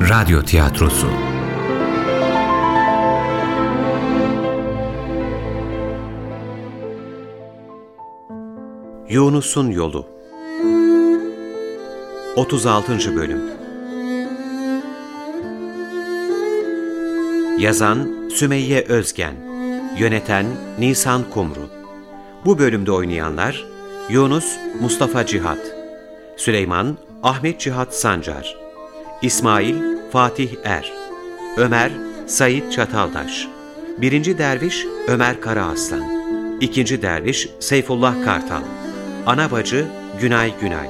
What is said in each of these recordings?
Radyo tiyatrosu. Yunus'un Yolu 36. Bölüm. Yazan Sümeyye Özgen, yöneten Nisan Kumru. Bu bölümde oynayanlar: Yunus Mustafa Cihat, Süleyman Ahmet Cihat Sancar, İsmail Fatih Er, Ömer Sait Çataldaş, 1. Derviş Ömer Karaaslan, 2. Derviş Seyfullah Kartal, Ana bacı Günay Günay.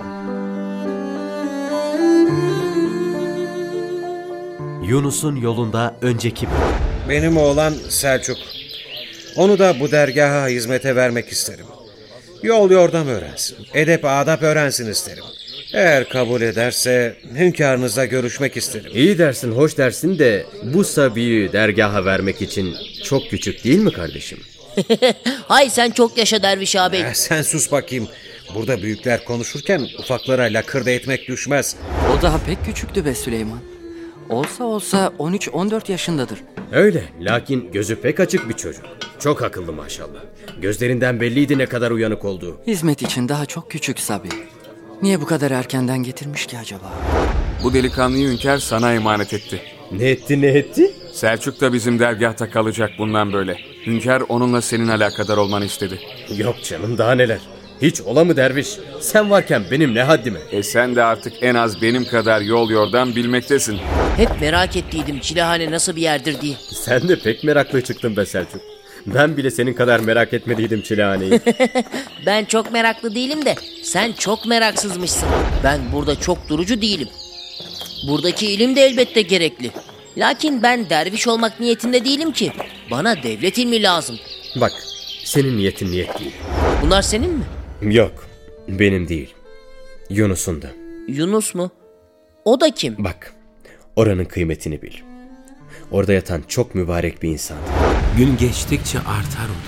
Yunus'un Yolunda önceki bölüm. Benim oğlan Selçuk. Onu da bu dergaha hizmete vermek isterim. Yol yordam öğrensin, edep adap öğrensin isterim. Eğer kabul ederse hünkârınızla görüşmek isterim. İyi dersin, hoş dersin de bu sabiyi dergaha vermek için çok küçük değil mi kardeşim? Hay sen çok yaşa derviş ağabey. Sen sus bakayım. Burada büyükler konuşurken ufaklara lakırdı etmek düşmez. O daha pek küçüktü be Süleyman. Olsa 13-14 yaşındadır. Öyle, lakin gözü pek açık bir çocuk. Çok akıllı maşallah. Gözlerinden belliydi ne kadar uyanık olduğu. Hizmet için daha çok küçük Sabi. Niye bu kadar erkenden getirmiş ki acaba? Bu delikanlıyı hünkâr sana emanet etti. Ne etti? Selçuk da bizim dergahta kalacak bundan böyle. Hünkâr onunla senin alakadar olmanı istedi. Yok canım, daha neler. Hiç ola mı derviş? Sen varken benim ne haddime? Sen de artık en az benim kadar yol yordam bilmektesin. Hep merak ettiydim Çilehane nasıl bir yerdir diye. Sen de pek meraklı çıktın be Selçuk. Ben bile senin kadar merak etmediydim Çilehane'yi. Ben çok meraklı değilim de sen çok meraksızmışsın. Ben burada çok durucu değilim. Buradaki ilim de elbette gerekli. Lakin ben derviş olmak niyetinde değilim ki. Bana devlet ilmi lazım. Bak, senin niyetin niyet değil. Bunlar senin mi? Yok, benim değil. Yunus'un da. Yunus mu? O da kim? Bak, oranın kıymetini bil. Orada yatan çok mübarek bir insan. Gün geçtikçe artar oldum.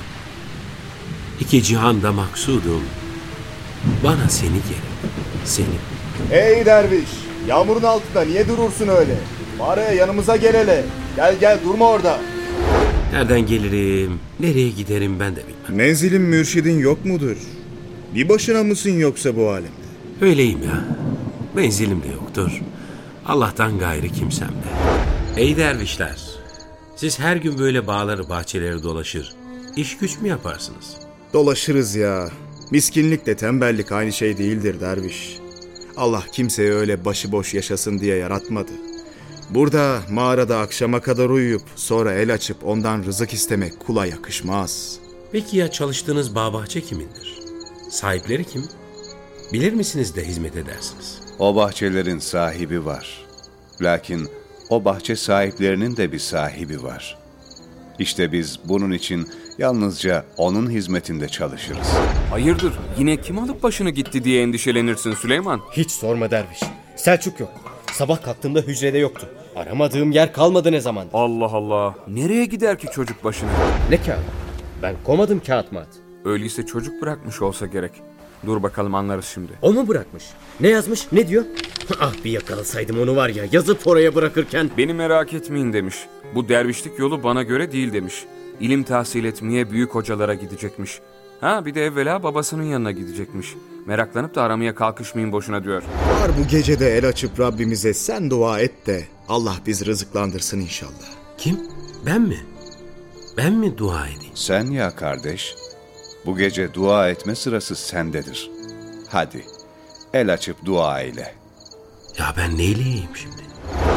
İki cihanda maksudum. Bana seni gerek, seni. Hey derviş, yağmurun altında niye durursun öyle? Bari yanımıza gel hele. Gel durma orada. Nereden gelirim, nereye giderim ben de bilmem. Menzilin mürşidin yok mudur? Bir başına mısın yoksa bu alemde? Öyleyim ya. Menzilim de yoktur. Allah'tan gayrı kimsem de. Ey dervişler, siz her gün böyle bağları bahçeleri dolaşır, iş güç mü yaparsınız? Dolaşırız ya. Miskinlikle tembellik aynı şey değildir derviş. Allah kimseye öyle başıboş yaşasın diye yaratmadı. Burada mağarada akşama kadar uyuyup sonra el açıp ondan rızık istemek kula yakışmaz. Peki ya çalıştığınız bağ bahçe kimindir? Sahipleri kim? Bilir misiniz de hizmet edersiniz? O bahçelerin sahibi var. Lakin o bahçe sahiplerinin de bir sahibi var. İşte biz bunun için yalnızca onun hizmetinde çalışırız. Hayırdır, yine kim alıp başını gitti diye endişelenirsin Süleyman? Hiç sorma derviş. Selçuk yok. Sabah kalktığımda hücrede yoktu. Aramadığım yer kalmadı ne zamandır. Allah Allah, nereye gider ki çocuk başına? Ne kağıt? Ben komadım kağıt mat. Öyleyse çocuk bırakmış olsa gerek. Dur bakalım anlarız şimdi. O mu bırakmış? Ne yazmış? Ne diyor? Ah, bir yakalasaydım onu var ya, yazıp oraya bırakırken. Beni merak etmeyin demiş. Bu dervişlik yolu bana göre değil demiş. İlim tahsil etmeye büyük hocalara gidecekmiş. Bir de evvela babasının yanına gidecekmiş. Meraklanıp da aramaya kalkışmayın boşuna diyor. Var bu gecede el açıp Rabbimize sen dua et de Allah bizi rızıklandırsın inşallah. Kim? Ben mi? Ben mi dua edeyim? Sen ya kardeş, bu gece dua etme sırası sendedir. Hadi, el açıp dua eyle. Ya ben neyleyeyim şimdi?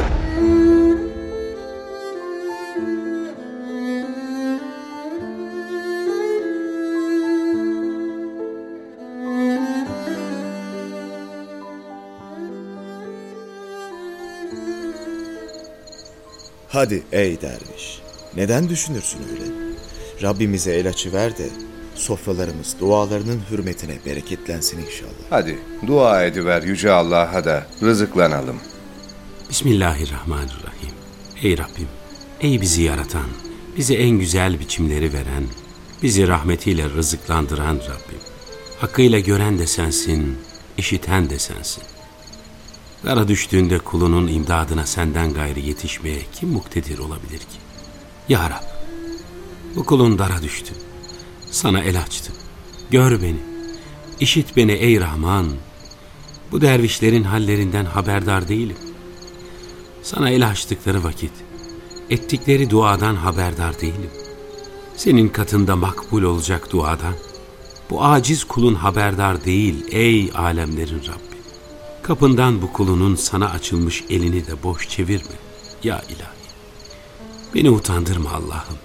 Hadi ey derviş, neden düşünürsün öyle? Rabbimize el açıver de sofralarımız dualarının hürmetine bereketlensin inşallah. Hadi dua ediver Yüce Allah'a da rızıklanalım. Bismillahirrahmanirrahim. Ey Rabbim, ey bizi yaratan, bize en güzel biçimleri veren, bizi rahmetiyle rızıklandıran Rabbim. Hakkıyla gören de sensin, işiten de sensin. Dara düştüğünde kulunun imdadına senden gayrı yetişmeye kim muktedir olabilir ki? Ya Rab, bu kulun dara düştü. Sana el açtı. Gör beni, işit beni ey Rahman. Bu dervişlerin hallerinden haberdar değilim. Sana el açtıkları vakit, ettikleri duadan haberdar değilim. Senin katında makbul olacak duadan, bu aciz kulun haberdar değil ey alemlerin Rabbi. Kapından bu kulunun sana açılmış elini de boş çevirme ya ilahi. Beni utandırma Allah'ım.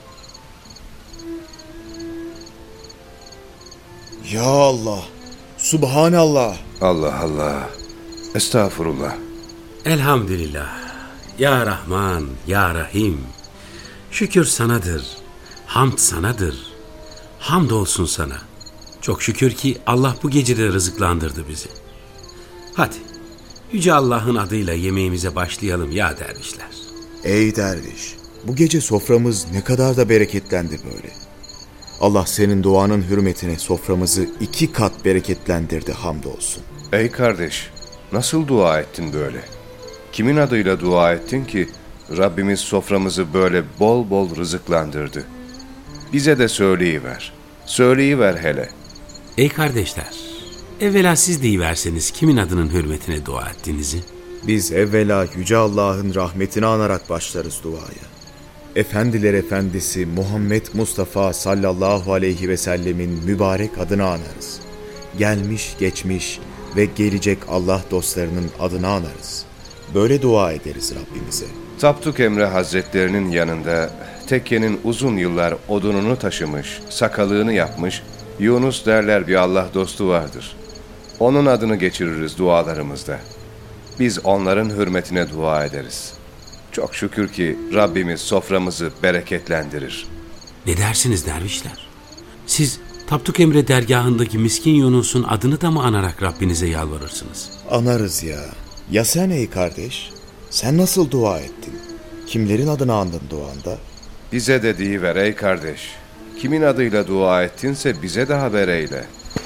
Ya Allah, Subhanallah. Allah Allah. Estağfurullah. Elhamdülillah. Ya Rahman, Ya Rahim. Şükür sanadır, hamd sanadır. Hamdolsun sana. Çok şükür ki Allah bu gecede rızıklandırdı bizi. Hadi, Yüce Allah'ın adıyla yemeğimize başlayalım ya dervişler. Ey derviş, bu gece soframız ne kadar da bereketlendi böyle. Allah senin duanın hürmetine soframızı 2 kat bereketlendirdi, hamdolsun. Ey kardeş, nasıl dua ettin böyle? Kimin adıyla dua ettin ki Rabbimiz soframızı böyle bol bol rızıklandırdı? Bize de söyleyiver. Söyleyiver hele. Ey kardeşler, evvela siz deyiverseniz kimin adının hürmetine dua ettiğinizi. Biz evvela Yüce Allah'ın rahmetini anarak başlarız duaya. Efendiler Efendisi Muhammed Mustafa sallallahu aleyhi ve sellemin mübarek adını anarız. Gelmiş, geçmiş ve gelecek Allah dostlarının adını anarız. Böyle dua ederiz Rabbimize. Tapduk Emre Hazretlerinin yanında tekkenin uzun yıllar odununu taşımış, sakalığını yapmış, Yunus derler bir Allah dostu vardır. Onun adını geçiririz dualarımızda. Biz onların hürmetine dua ederiz. Çok şükür ki Rabbimiz soframızı bereketlendirir. Ne dersiniz dervişler? Siz Tapduk Emre dergahındaki miskin Yunus'un adını da mı anarak Rabbinize yalvarırsınız? Anarız ya. Ya sen ey kardeş? Sen nasıl dua ettin? Kimlerin adını andın duanda? Bize de deyiver ey kardeş. Kimin adıyla dua ettinse bize de haber eyle.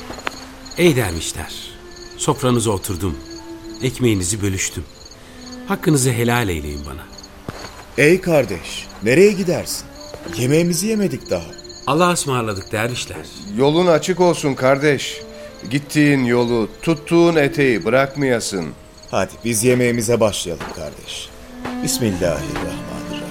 Ey dervişler, sofranıza oturdum. Ekmeğinizi bölüştüm. Hakkınızı helal eyleyin bana. Ey kardeş, nereye gidersin? Yemeğimizi yemedik daha. Allah'a ısmarladık dervişler. Yolun açık olsun kardeş. Gittiğin yolu, tuttuğun eteği bırakmayasın. Hadi biz yemeğimize başlayalım kardeş. Bismillahirrahmanirrahim.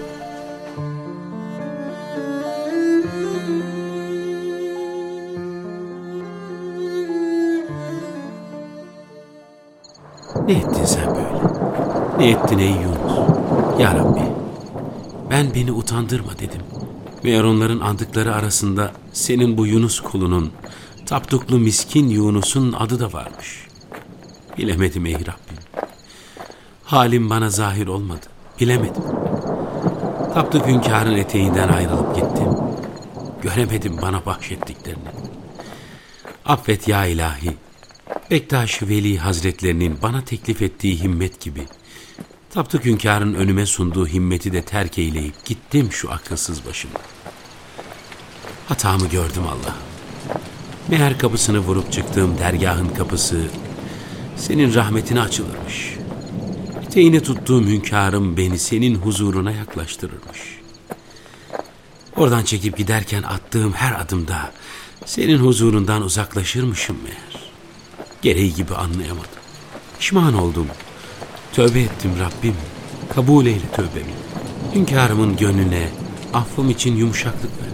Ne ettin sen böyle? Ne ettin ey Yunus? Ya Rabbi, ben beni utandırma dedim. Meğer onların andıkları arasında senin bu Yunus kulunun, tapduklu miskin Yunus'un adı da varmış. Bilemedim ey Rabbim. Halim bana zahir olmadı. Bilemedim. Tapduk hünkârın eteğinden ayrılıp gittim. Göremedim bana bahşettiklerini. Affet ya ilahi. Bektaş-ı Veli Hazretlerinin bana teklif ettiği himmet gibi Tapduk hünkârın önüme sunduğu himmeti de terk eyleyip gittim şu akılsız başıma. Hatamı gördüm Allah. Meğer kapısını vurup çıktığım dergahın kapısı senin rahmetine açılırmış. Eteğini tuttuğum hünkârım beni senin huzuruna yaklaştırırmış. Oradan çekip giderken attığım her adımda senin huzurundan uzaklaşırmışım meğer. Gereği gibi anlayamadım. Pişman oldum. Tövbe ettim Rabbim. Kabul eyle tövbemi. Hünkârımın gönlüne affım için yumuşaklık ver.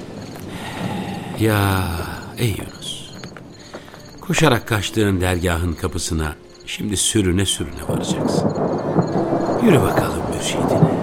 Ya ey Yunus. Koşarak kaçtığın dergahın kapısına şimdi sürüne sürüne varacaksın. Yürü bakalım mürşidine.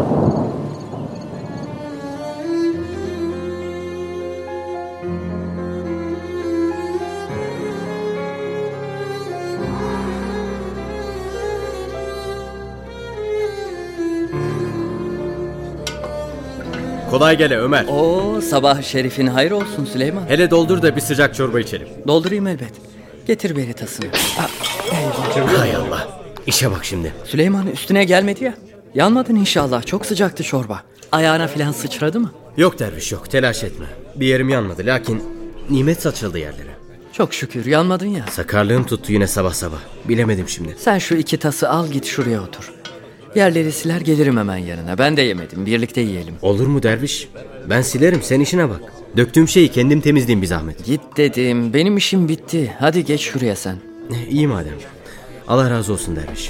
Kolay gele Ömer. Oo, sabah şerifin hayır olsun Süleyman. Hele doldur da bir sıcak çorba içelim. Doldurayım elbet. Getir beri tasını. Eyvah. Hay Allah. İşe bak şimdi. Süleyman üstüne gelmedi ya. Yanmadın inşallah. Çok sıcaktı çorba. Ayağına filan sıçradı mı? Yok derviş yok, telaş etme. Bir yerim yanmadı lakin nimet saçıldı yerlere. Çok şükür yanmadın ya. Sakarlığım tuttu yine sabah sabah. Bilemedim şimdi. Sen şu 2 tası al git şuraya otur. Yerleri siler gelirim hemen yanına. Ben de yemedim, birlikte yiyelim. Olur mu derviş? Ben silerim, sen işine bak. Döktüğüm şeyi kendim temizleyeyim bir zahmet. Git dedim, benim işim bitti. Hadi geç şuraya sen. İyi madem. Allah razı olsun derviş.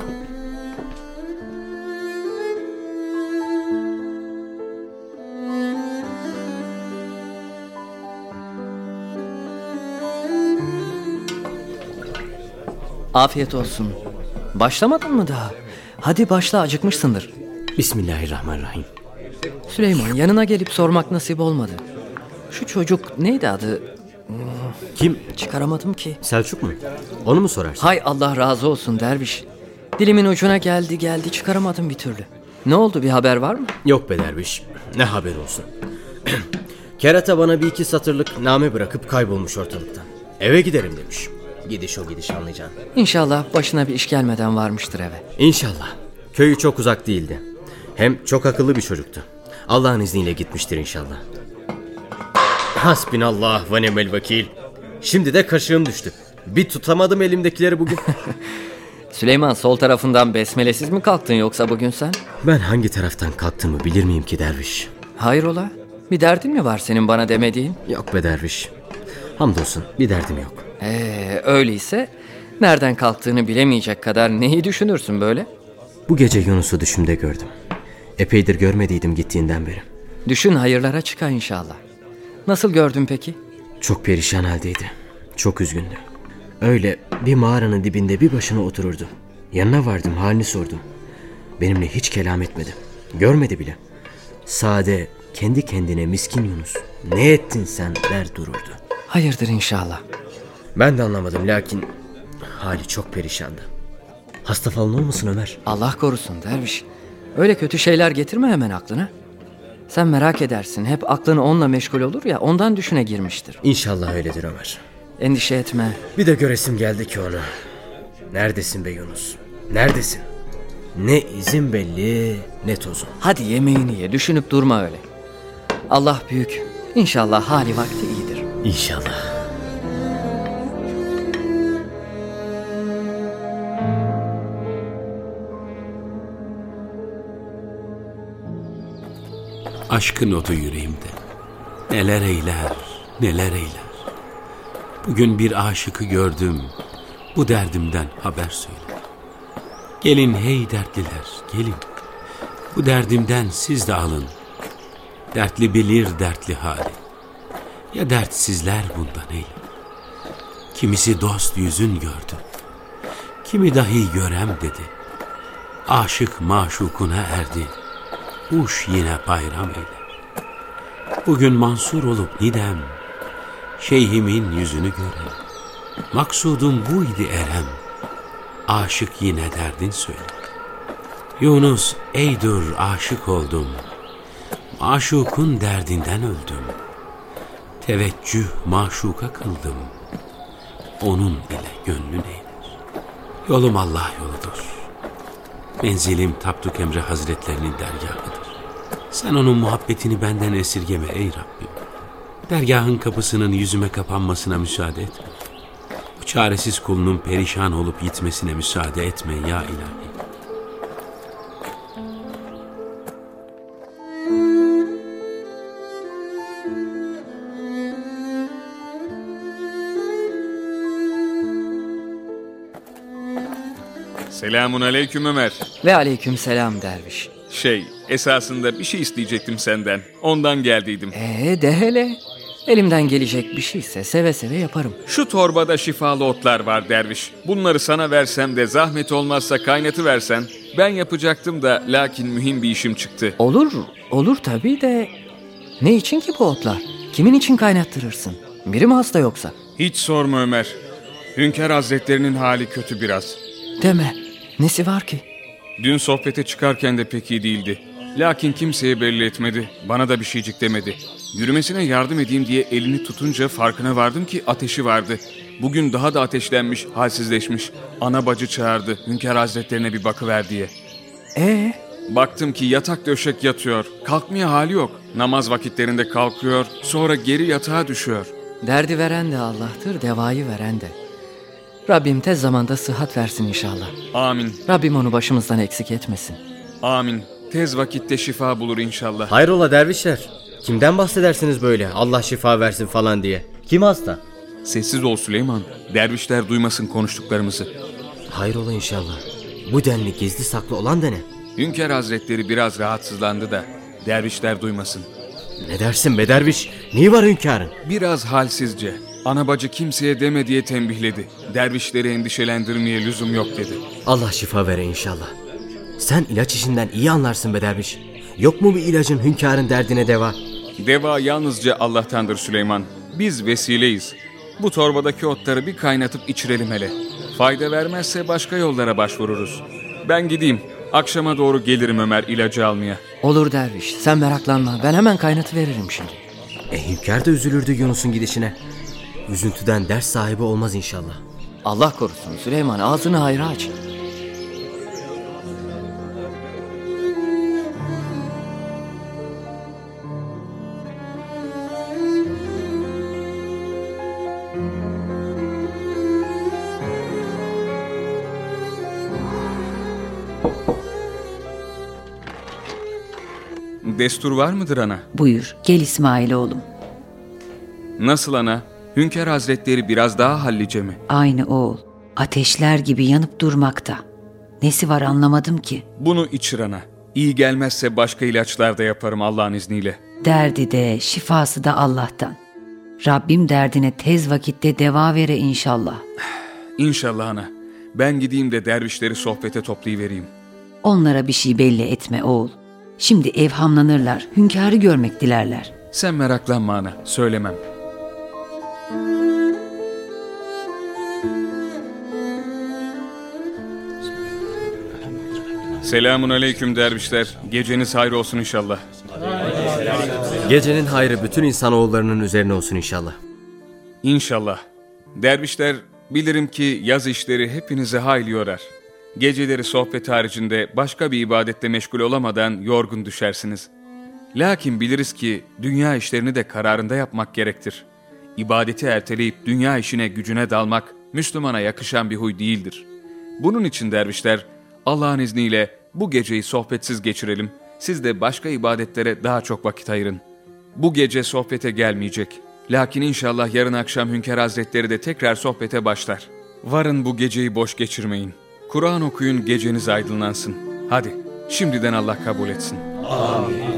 Afiyet olsun. Başlamadın mı daha? Hadi başla, acıkmışsındır. Bismillahirrahmanirrahim. Süleyman, yanına gelip sormak nasip olmadı. Şu çocuk neydi adı? Kim? Çıkaramadım ki. Selçuk mu? Onu mu sorarsın? Hay Allah razı olsun derviş. Dilimin ucuna geldi çıkaramadım bir türlü. Ne oldu, bir haber var mı? Yok be derviş. Ne haber olsun. Kerata bana 1-2 satırlık name bırakıp kaybolmuş ortalıktan. Eve giderim demiş. Gidiş o gidiş, anlayacaksın. İnşallah başına bir iş gelmeden varmıştır eve. İnşallah. Köyü çok uzak değildi. Hem çok akıllı bir çocuktu. Allah'ın izniyle gitmiştir inşallah. Hasbinallah ve ni'mel vekil. Şimdi de kaşığım düştü. Bir tutamadım elimdekileri bugün. Süleyman, sol tarafından besmelesiz mi kalktın yoksa bugün sen? Ben hangi taraftan kalktığımı bilir miyim ki derviş? Hayrola? Bir derdin mi var senin bana demediğin? Yok be derviş. Hamdolsun bir derdim yok. Öyleyse nereden kalktığını bilemeyecek kadar neyi düşünürsün böyle? Bu gece Yunus'u düşümde gördüm. Epeydir görmediydim gittiğinden beri. Düşün hayırlara çıkar inşallah. Nasıl gördün peki? Çok perişan haldeydi. Çok üzgündü. Öyle bir mağaranın dibinde bir başına otururdu. Yanına vardım, halini sordum. Benimle hiç kelam etmedi. Görmedi bile. Sade kendi kendine miskin Yunus. Ne ettin sen der dururdu. Hayırdır inşallah. Ben de anlamadım lakin hali çok perişandı. Hasta falan olmasın Ömer? Allah korusun derviş. Öyle kötü şeyler getirme hemen aklına. Sen merak edersin. Hep aklın onunla meşgul olur ya, ondan düşüne girmiştir. İnşallah öyledir Ömer. Endişe etme. Bir de göresim geldi ki onu. Neredesin be Yunus? Neredesin? Ne izin belli ne tozun. Hadi yemeğini ye, düşünüp durma öyle. Allah büyük. İnşallah hali vakti iyidir. İnşallah. Aşkın otu yüreğimde. Neler eyler, neler eyler. Bugün bir aşıkı gördüm. Bu derdimden haber söyle. Gelin hey dertliler, gelin. Bu derdimden siz de alın. Dertli bilir dertli hali. Ya dertsizler bundan eyle. Kimisi dost yüzün gördü. Kimi dahi görem dedi. Aşık maşukuna erdi. Uş yine bayram eyle. Bugün mansur olup nidem. Şeyhimin yüzünü görem. Maksudum buydu erem. Aşık yine derdin söyle. Yunus ey dur aşık oldum. Maşukun derdinden öldüm. Teveccüh maşuka kıldım. Onun ile gönlün eğler. Yolum Allah yoludur. Menzilim Tapduk Emre Hazretlerinin dergahıdır. Sen onun muhabbetini benden esirgeme ey Rabbim. Dergahın kapısının yüzüme kapanmasına müsaade etme. Bu çaresiz kulunun perişan olup gitmesine müsaade etme ya ilahi. Selamun aleyküm Ömer. Ve aleyküm selam derviş. Esasında bir şey isteyecektim senden. Ondan geldiydim. De hele. Elimden gelecek bir şeyse seve seve yaparım. Şu torbada şifalı otlar var derviş. Bunları sana versem de zahmet olmazsa kaynatıversen. Ben yapacaktım da lakin mühim bir işim çıktı. Olur tabii de. Ne için ki bu otlar? Kimin için kaynattırırsın? Biri mi hasta yoksa? Hiç sorma Ömer. Hünkâr Hazretlerinin hali kötü biraz. Deme. Nesi var ki? Dün sohbete çıkarken de pek iyi değildi. Lakin kimseye belli etmedi. Bana da bir şeycik demedi. Yürümesine yardım edeyim diye elini tutunca farkına vardım ki ateşi vardı. Bugün daha da ateşlenmiş, halsizleşmiş. Ana bacı çağırdı. Hünkâr Hazretlerine bir bakıver diye. Baktım ki yatak döşek yatıyor. Kalkmaya hali yok. Namaz vakitlerinde kalkıyor, sonra geri yatağa düşüyor. Derdi veren de Allah'tır, devayı veren de. Rabbim tez zamanda sıhhat versin inşallah. Amin. Rabbim onu başımızdan eksik etmesin. Amin. Tez vakitte şifa bulur inşallah. Hayrola dervişler? Kimden bahsedersiniz böyle Allah şifa versin falan diye? Kim hasta? Sessiz ol Süleyman. Dervişler duymasın konuştuklarımızı. Hayrola inşallah. Bu denli gizli saklı olan da ne? Hünkâr Hazretleri biraz rahatsızlandı da dervişler duymasın. Ne dersin be derviş? Neyi var hünkârın? Biraz halsizce. Ana bacı kimseye deme diye tembihledi. Dervişleri endişelendirmeye lüzum yok dedi. Allah şifa vere inşallah. Sen ilaç işinden iyi anlarsın be derviş. Yok mu bir ilacın hünkârın derdine deva? Deva yalnızca Allah'tandır Süleyman. Biz vesileyiz. Bu torbadaki otları bir kaynatıp içirelim hele. Fayda vermezse başka yollara başvururuz. Ben gideyim. Akşama doğru gelirim Ömer ilacı almaya. Olur derviş, sen meraklanma. Ben hemen kaynatıveririm şimdi. Hünkâr da üzülürdü Yunus'un gidişine. Üzüntüden ders sahibi olmaz inşallah. Allah korusun Süleyman, ağzını hayra aç. Destur var mıdır ana? Buyur, gel İsmail oğlum. Nasıl ana? Hünkâr Hazretleri biraz daha hallice mi? Aynı oğul. Ateşler gibi yanıp durmakta. Nesi var anlamadım ki. Bunu içir ana. İyi gelmezse başka ilaçlar da yaparım Allah'ın izniyle. Derdi de şifası da Allah'tan. Rabbim derdine tez vakitte deva vere inşallah. İnşallah ana. Ben gideyim de dervişleri sohbete toplayıvereyim. Onlara bir şey belli etme oğul. Şimdi evhamlanırlar, hünkârı görmek dilerler. Sen meraklanma ana, söylemem. Selamun aleyküm dervişler. Geceniz hayır olsun inşallah. Gecenin hayrı bütün insanoğullarının üzerine olsun inşallah. İnşallah. Dervişler, bilirim ki yaz işleri hepinizi hayli yorar. Geceleri sohbet haricinde başka bir ibadette meşgul olamadan yorgun düşersiniz. Lakin biliriz ki dünya işlerini de kararında yapmak gerektir. İbadeti erteleyip dünya işine gücüne dalmak Müslümana yakışan bir huy değildir. Bunun için dervişler, Allah'ın izniyle bu geceyi sohbetsiz geçirelim, siz de başka ibadetlere daha çok vakit ayırın. Bu gece sohbete gelmeyecek. Lakin inşallah yarın akşam Hünkâr Hazretleri de tekrar sohbete başlar. Varın bu geceyi boş geçirmeyin. Kur'an okuyun, geceniz aydınlansın. Hadi, şimdiden Allah kabul etsin. Amin.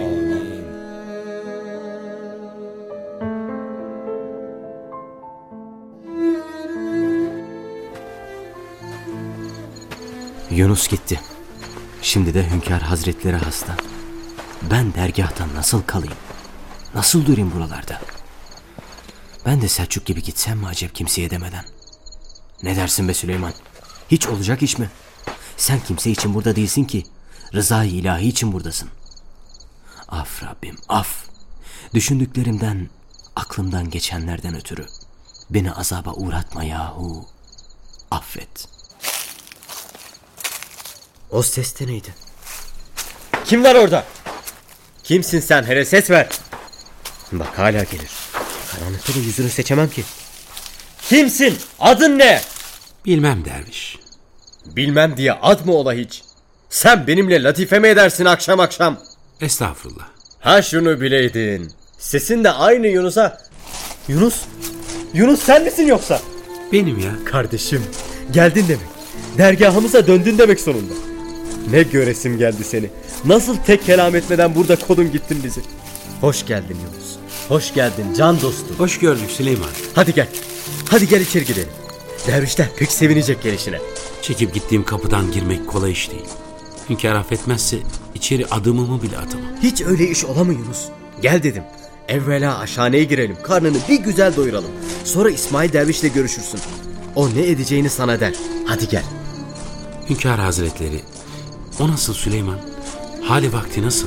Yunus gitti. Şimdi de Hünkâr Hazretleri hasta. Ben dergâhta nasıl kalayım? Nasıl durayım buralarda? Ben de Selçuk gibi gitsem mi acep kimseye demeden? Ne dersin be Süleyman? Hiç olacak iş mi? Sen kimse için burada değilsin ki. Rızayı ilahi için buradasın. Af Rabbim, af. Düşündüklerimden, aklımdan geçenlerden ötürü beni azaba uğratma yahu. Affet. O ses de neydi? Kim var orada? Kimsin sen? Hele ses ver. Bak hala gelir. Karanlıkta da yüzünü seçemem ki. Kimsin? Adın ne? Bilmem derviş. Bilmem diye ad mı ola hiç? Sen benimle latife mi edersin akşam akşam? Estağfurullah. Ha şunu bileydin. Sesin de aynı Yunus'a. Yunus sen misin yoksa? Benim ya. Kardeşim geldin demek. Dergahımıza döndün demek sonunda. Ne göresim geldi seni. Nasıl tek kelam etmeden burada kodun gittin bizi. Hoş geldin Yunus. Hoş geldin can dostum. Hoş gördük Süleyman. Hadi gel. Hadi gel içeri gidelim. Dervişler pek sevinecek gelişine. Çekip gittiğim kapıdan girmek kolay iş değil. Hünkâr affetmezse içeri adımımı bile atamam. Hiç öyle iş ola mı Yunus? Gel dedim. Evvela aşhaneye girelim. Karnını bir güzel doyuralım. Sonra İsmail Derviş'le görüşürsün. O ne edeceğini sana der. Hadi gel. Hünkâr Hazretleri, o nasıl Süleyman? Hali vakti nasıl?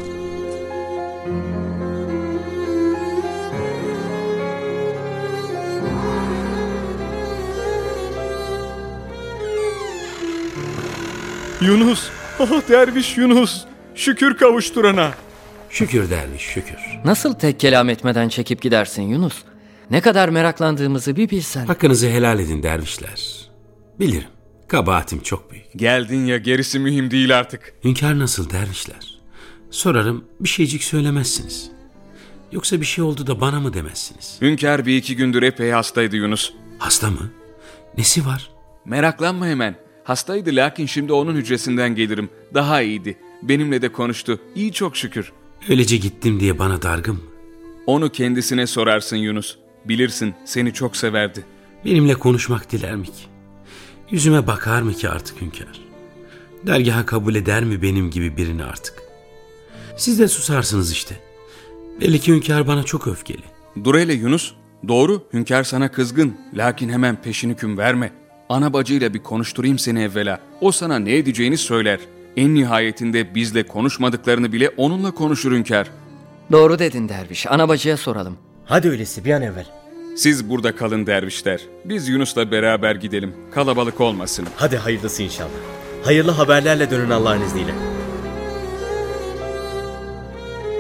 Yunus, derviş Yunus, şükür kavuşturana. Şükür derviş, şükür. Nasıl tek kelam etmeden çekip gidersin Yunus? Ne kadar meraklandığımızı bir bilsen. Hakkınızı helal edin dervişler. Bilirim, kabahatim çok büyük. Geldin ya, gerisi mühim değil artık. Hünkâr nasıl dervişler? Sorarım, bir şeycik söylemezsiniz. Yoksa bir şey oldu da bana mı demezsiniz? Hünkâr 1-2 gündür epey hastaydı Yunus. Hasta mı? Nesi var? Meraklanma hemen. Hastaydı lakin şimdi onun hücresinden gelirim. Daha iyiydi. Benimle de konuştu. İyi çok şükür. Öylece gittim diye bana dargın mı? Onu kendisine sorarsın Yunus. Bilirsin, seni çok severdi. Benimle konuşmak diler mi ki? Yüzüme bakar mı ki artık hünkâr? Dergaha kabul eder mi benim gibi birini artık? Siz de susarsınız işte. Belli ki hünkâr bana çok öfkeli. Dur hele Yunus. Doğru, hünkâr sana kızgın. Lakin hemen peşini küm verme. Ana bacıyla bir konuşturayım seni evvela. O sana ne edeceğini söyler. En nihayetinde bizle konuşmadıklarını bile onunla konuşur hünkâr. Doğru dedin derviş. Anabacıya soralım. Hadi öyleyse bir an evvel. Siz burada kalın dervişler. Biz Yunus'la beraber gidelim. Kalabalık olmasın. Hadi hayırlısı inşallah. Hayırlı haberlerle dönün Allah'ın izniyle.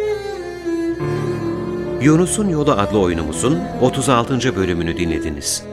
Yunus'un Yolu adlı oyunumuzun 36. bölümünü dinlediniz.